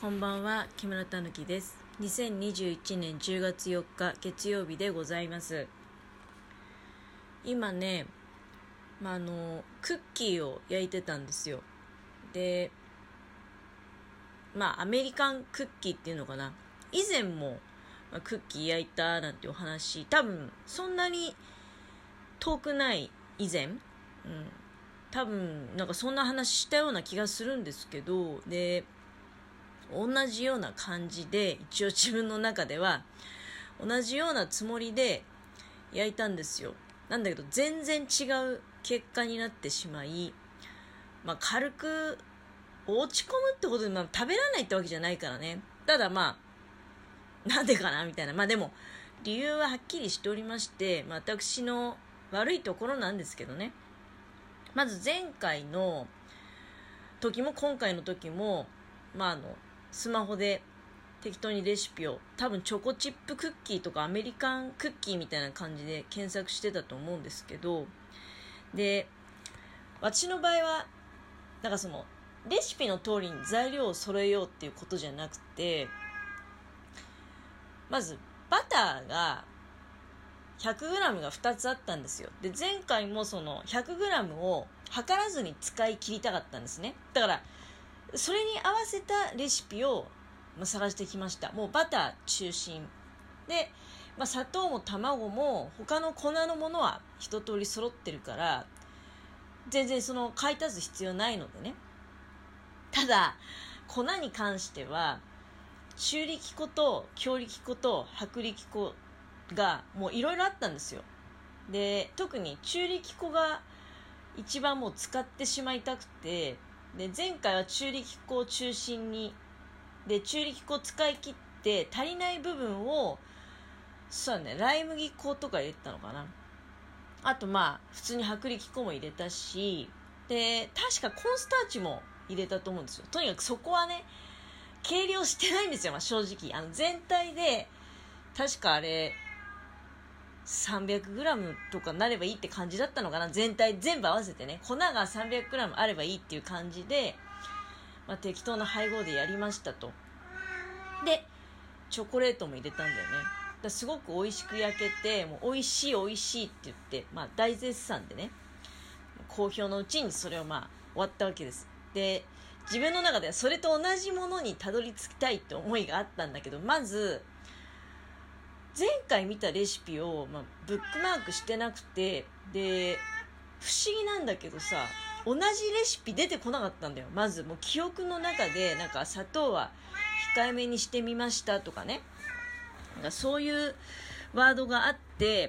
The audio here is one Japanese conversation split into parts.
こんばんは、木村たぬきです。2021年10月4日月曜日でございます。今ね、クッキーを焼いてたんですよ。で、アメリカンクッキーっていうのかな。以前も、クッキー焼いたなんてお話、多分そんなに遠くない以前、多分なんかそんな話したような気がするんですけど、で、同じような感じで一応自分の中では同じようなつもりで焼いたんですよ。なんだけど全然違う結果になってしまい、軽く落ち込むってことで、食べられないってわけじゃないからね。ただなんでかなみたいな。でも理由ははっきりしておりまして、私の悪いところなんですけどね。まず前回の時も今回の時もスマホで適当にレシピを多分チョコチップクッキーとかアメリカンクッキーみたいな感じで検索してたと思うんですけど、で私の場合はなんかそのレシピの通りに材料を揃えようっていうことじゃなくて、まずバターが 100g が2つあったんですよ。で前回もその 100g を測らずに使い切りたかったんですね。だからそれに合わせたレシピを探してきました。もうバター中心で、砂糖も卵も他の粉のものは一通り揃ってるから全然その買い足す必要ないのでね。ただ粉に関しては中力粉と強力粉と薄力粉がもういろいろあったんですよ。で特に中力粉が一番もう使ってしまいたくて、で前回は中力粉を中心にで中力粉を使い切って足りない部分をライ麦粉とか入れてたのかな。あと普通に薄力粉も入れたし、で確かコーンスターチも入れたと思うんですよ。とにかくそこはね計量してないんですよ。正直全体で確かあれ 300g とかなればいいって感じだったのかな。全体全部合わせてね、粉が 300g あればいいっていう感じで、適当な配合でやりましたと。でチョコレートも入れたんだよね。すごく美味しく焼けて、もう美味しい美味しいって言って、大絶賛でね、好評のうちにそれを終わったわけです。で自分の中ではそれと同じものにたどり着きたいって思いがあったんだけど、まず前回見たレシピを、ブックマークしてなくて、で不思議なんだけどさ、同じレシピ出てこなかったんだよ。まずもう記憶の中でなんか砂糖は控えめにしてみましたとかね、なんかそういうワードがあって、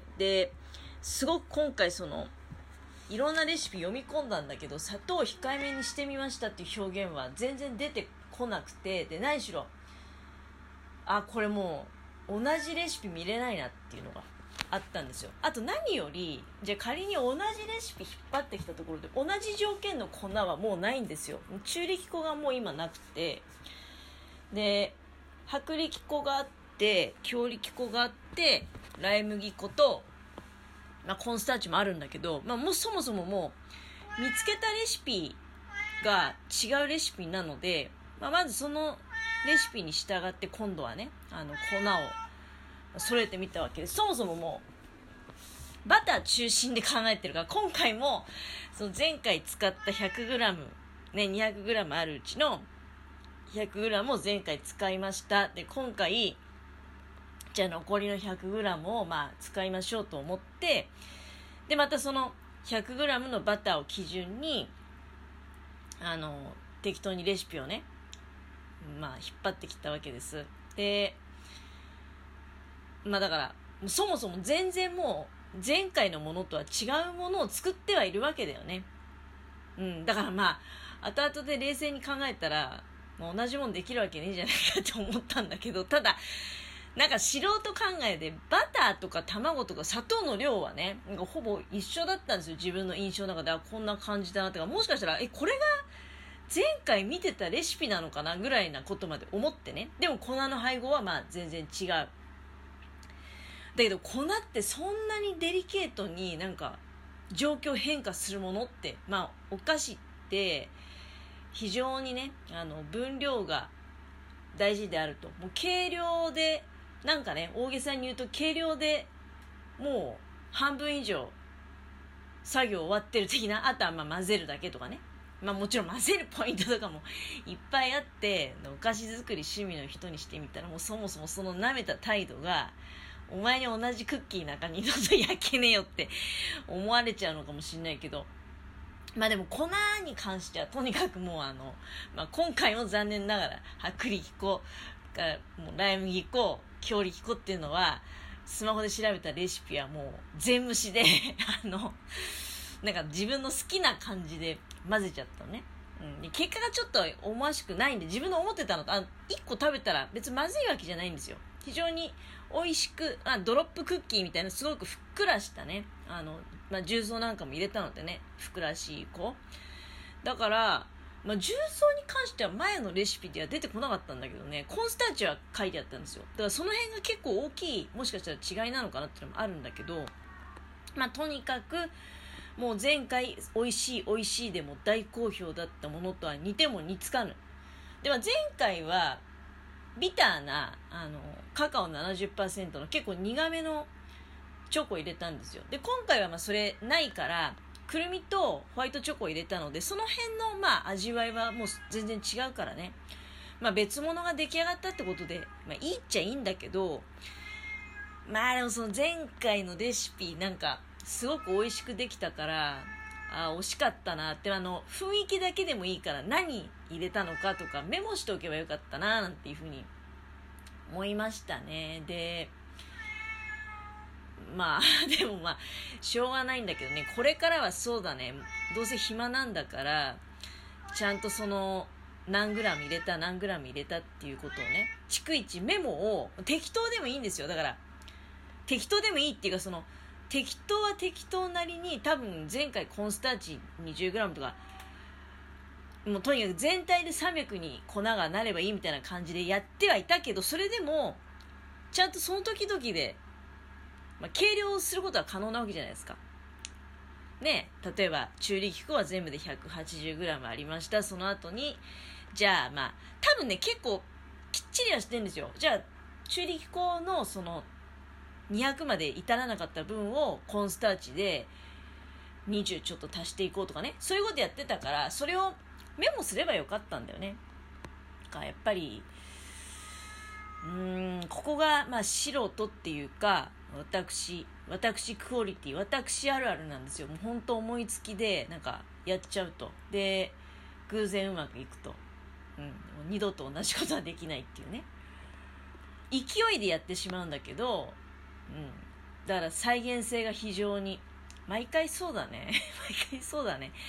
ですごく今回いろんなレシピ読み込んだんだけど、砂糖を控えめにしてみましたっていう表現は全然出てこなくて、で何しろこれもう同じレシピ見れないなっていうのがあったんですよ。あと何より、じゃあ仮に同じレシピ引っ張ってきたところで同じ条件の粉はもうないんですよ。中力粉がもう今なくて、で薄力粉があって強力粉があってライ麦粉と、コーンスターチもあるんだけど、もうそもそももう見つけたレシピが違うレシピなので、まずそのレシピに従って今度はね粉を揃えてみたわけです。そもそももうバター中心で考えてるから、今回もその前回使った 100g ね 200g あるうちの 100g を前回使いました。で今回じゃあ残りの 100g を使いましょうと思って、でまたその 100g のバターを基準に適当にレシピをね引っ張ってきたわけです。でだからそもそも全然もう前回のものとは違うものを作ってはいるわけだよね。だから後々で冷静に考えたらもう同じものできるわけねえじゃないかって思ったんだけど、ただなんか素人考えでバターとか卵とか砂糖の量はねなんかほぼ一緒だったんですよ。自分の印象の中でこんな感じだなとか、もしかしたらこれが前回見てたレシピなのかなぐらいなことまで思ってね。でも粉の配合は全然違う。だけど粉ってそんなにデリケートになんか状況変化するものってお菓子って非常にね分量が大事であると。もう計量でなんかね、大げさに言うと計量でもう半分以上作業終わってる的な。あとはまあ混ぜるだけとかね。まあもちろん混ぜるポイントとかもいっぱいあって、お菓子作り趣味の人にしてみたら、もうそもそもその舐めた態度が、お前に同じクッキーなんか二度と焼けねえよって思われちゃうのかもしれないけど、まあでも粉に関してはとにかくもうまあ、今回も残念ながら薄力粉がもうライ麦粉、強力粉っていうのはスマホで調べたレシピはもう全無視でなんか自分の好きな感じで混ぜちゃったのね。で結果がちょっと思わしくないんで、自分の思ってたのと1個食べたら別にまずいわけじゃないんですよ。非常に美味しく、ドロップクッキーみたいなすごくふっくらしたね、まあ、重曹なんかも入れたのでね、ふっくらしい子だから、まあ、重曹に関しては前のレシピでは出てこなかったんだけどね、コーンスターチは書いてあったんですよ。だからその辺が結構大きい、もしかしたら違いなのかなっていうのもあるんだけど、まあとにかくもう前回美味しい美味しいでも大好評だったものとは似ても似つかぬ。では前回はビターなカカオ 70% の結構苦めのチョコを入れたんですよ。で今回はまあそれないからくるみとホワイトチョコを入れたので、その辺のまあ味わいはもう全然違うからね、まあ別物が出来上がったってことで、まあいいっちゃいいんだけど、まあでもその前回のレシピなんかすごく美味しくできたから、惜しかったなって、雰囲気だけでもいいから何入れたのかとかメモしておけばよかったななんていうふうに思いましたね。でまあでもまあしょうがないんだけどね、これからはそうだね、どうせ暇なんだからちゃんとその何グラム入れた何グラム入れたっていうことをね、逐一メモを、適当でもいいんですよ。だから適当でもいいっていうか、その適当は適当なりに、多分前回コーンスターチ 20g とかもうとにかく全体で300に粉がなればいいみたいな感じでやってはいたけど、それでもちゃんとその時々で、まあ、計量することは可能なわけじゃないですかね。例えば中力粉は全部で 180g ありました。その後にじゃあまあ多分ね結構きっちりはしてるんですよ。じゃあ中力粉のその200まで至らなかった分をコーンスターチで20ちょっと足していこうとかね、そういうことやってたから、それをメモすればよかったんだよね。やっぱりここがまあ素人っていうか、私クオリティ、私あるあるなんですよ。もう本当思いつきでなんかやっちゃうと、で偶然うまくいくと、二度と同じことはできないっていうね、勢いでやってしまうんだけど、だから再現性が非常に毎回そうだね毎回そうだね。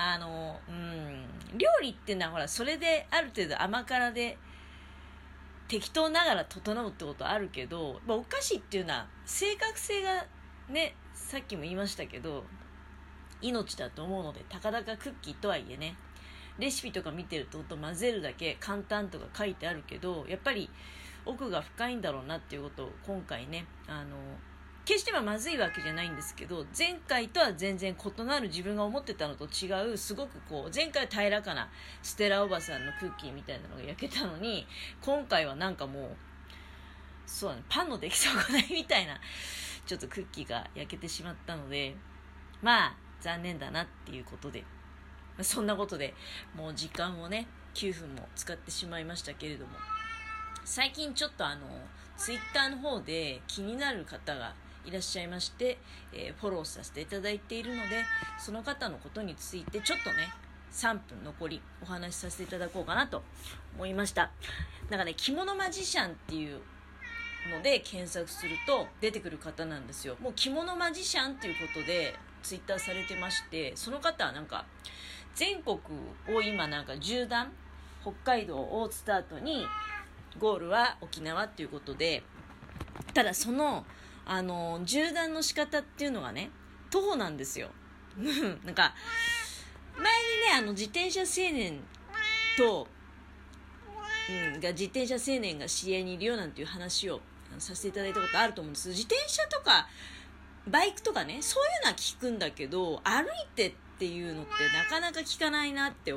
料理っていうのはほら、それである程度甘辛で適当ながら整うってことはあるけど、お菓子っていうのは正確性がね、さっきも言いましたけど命だと思うので、たかだかクッキーとはいえね、レシピとか見てると混ぜるだけ簡単とか書いてあるけど、やっぱり奥が深いんだろうなっていうことを今回ね、決してはまずいわけじゃないんですけど、前回とは全然異なる自分が思ってたのと違う、すごくこう前回は平らかなステラおばさんのクッキーみたいなのが焼けたのに、今回はなんかもうそうだね、パンの出来損ないみたいなちょっとクッキーが焼けてしまったので、まあ残念だなっていうことで、そんなことでもう時間をね9分も使ってしまいましたけれども、最近ちょっとツイッターの方で気になる方がいらっしゃいまして、フォローさせていただいているので、その方のことについてちょっとね3分残りお話しさせていただこうかなと思いました。なんかね、着物マジシャンっていうので検索すると出てくる方なんですよ。もう着物マジシャンっていうことでツイッターされてまして、その方はなんか全国を今なんか縦断、北海道をスタートにゴールは沖縄っていうことで、ただその縦断の仕方っていうのがね徒歩なんですよなんか前にね自転車青年と、自転車青年が知り合いにいるよなんていう話をさせていただいたことあると思うんです。自転車とかバイクとかね、そういうのは聞くんだけど、歩いてっていうのってなかなか聞かないなって思っ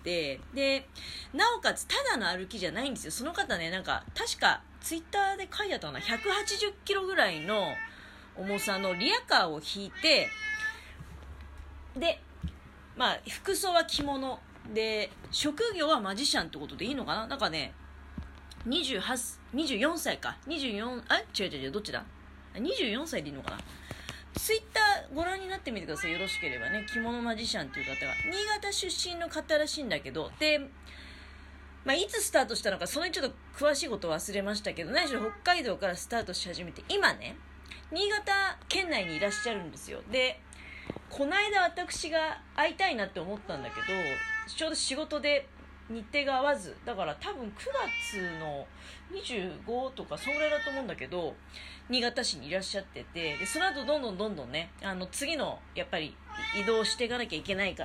て、でなおかつただの歩きじゃないんですよ。その方ね、なんか確かツイッターで書いてあったかな、180キロぐらいの重さのリヤカーを引いて、でまあ服装は着物で、職業はマジシャンってことでいいのかな。なんかね、24歳か、24、違う、どっちだ、24歳でいいのかな。ツイッターご覧になってみてください、よろしければね。着物マジシャンという方が新潟出身の方らしいんだけど、で、まあ、いつスタートしたのか、そのちょっと詳しいこと忘れましたけど、何しろ北海道からスタートし始めて、今ね、新潟県内にいらっしゃるんですよ。で、この間私が会いたいなって思ったんだけど、ちょうど仕事で日程が合わず、だから多分9月の25とかそんぐらいだと思うんだけど、新潟市にいらっしゃってて、でその後どんどんね、次のやっぱり移動していかなきゃいけないから、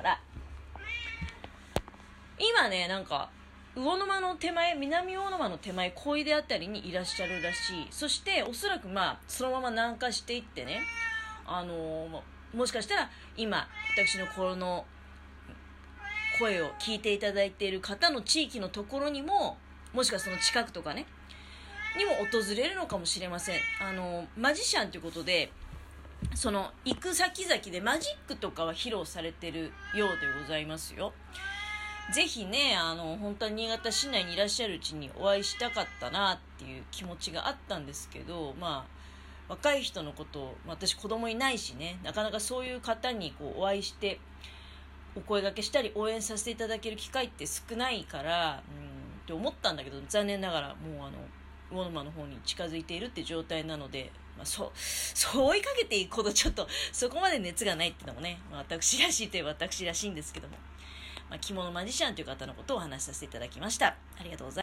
今ね、なんか魚沼の手前、南魚沼の手前、小出あたりにいらっしゃるらしい。そしておそらくまあそのまま南下していってね、もしかしたら今私のこの声を聞いていただいている方の地域のところにも、もしくはその近くとかねにも訪れるのかもしれません。マジシャンということで、その行く先々でマジックとかは披露されてるようでございますよ。ぜひね、本当は新潟市内にいらっしゃるうちにお会いしたかったなっていう気持ちがあったんですけど、まあ若い人のことを、私子供いないしね、なかなかそういう方にこうお会いしてお声掛けしたり応援させていただける機会って少ないから、って思ったんだけど、残念ながらもう魚沼の方に近づいているって状態なので、そう追いかけていくほどちょっとそこまで熱がないっていうのもね、私らしいといえば私らしいんですけども、着物マジシャンという方のことをお話しさせていただきました。ありがとうございます。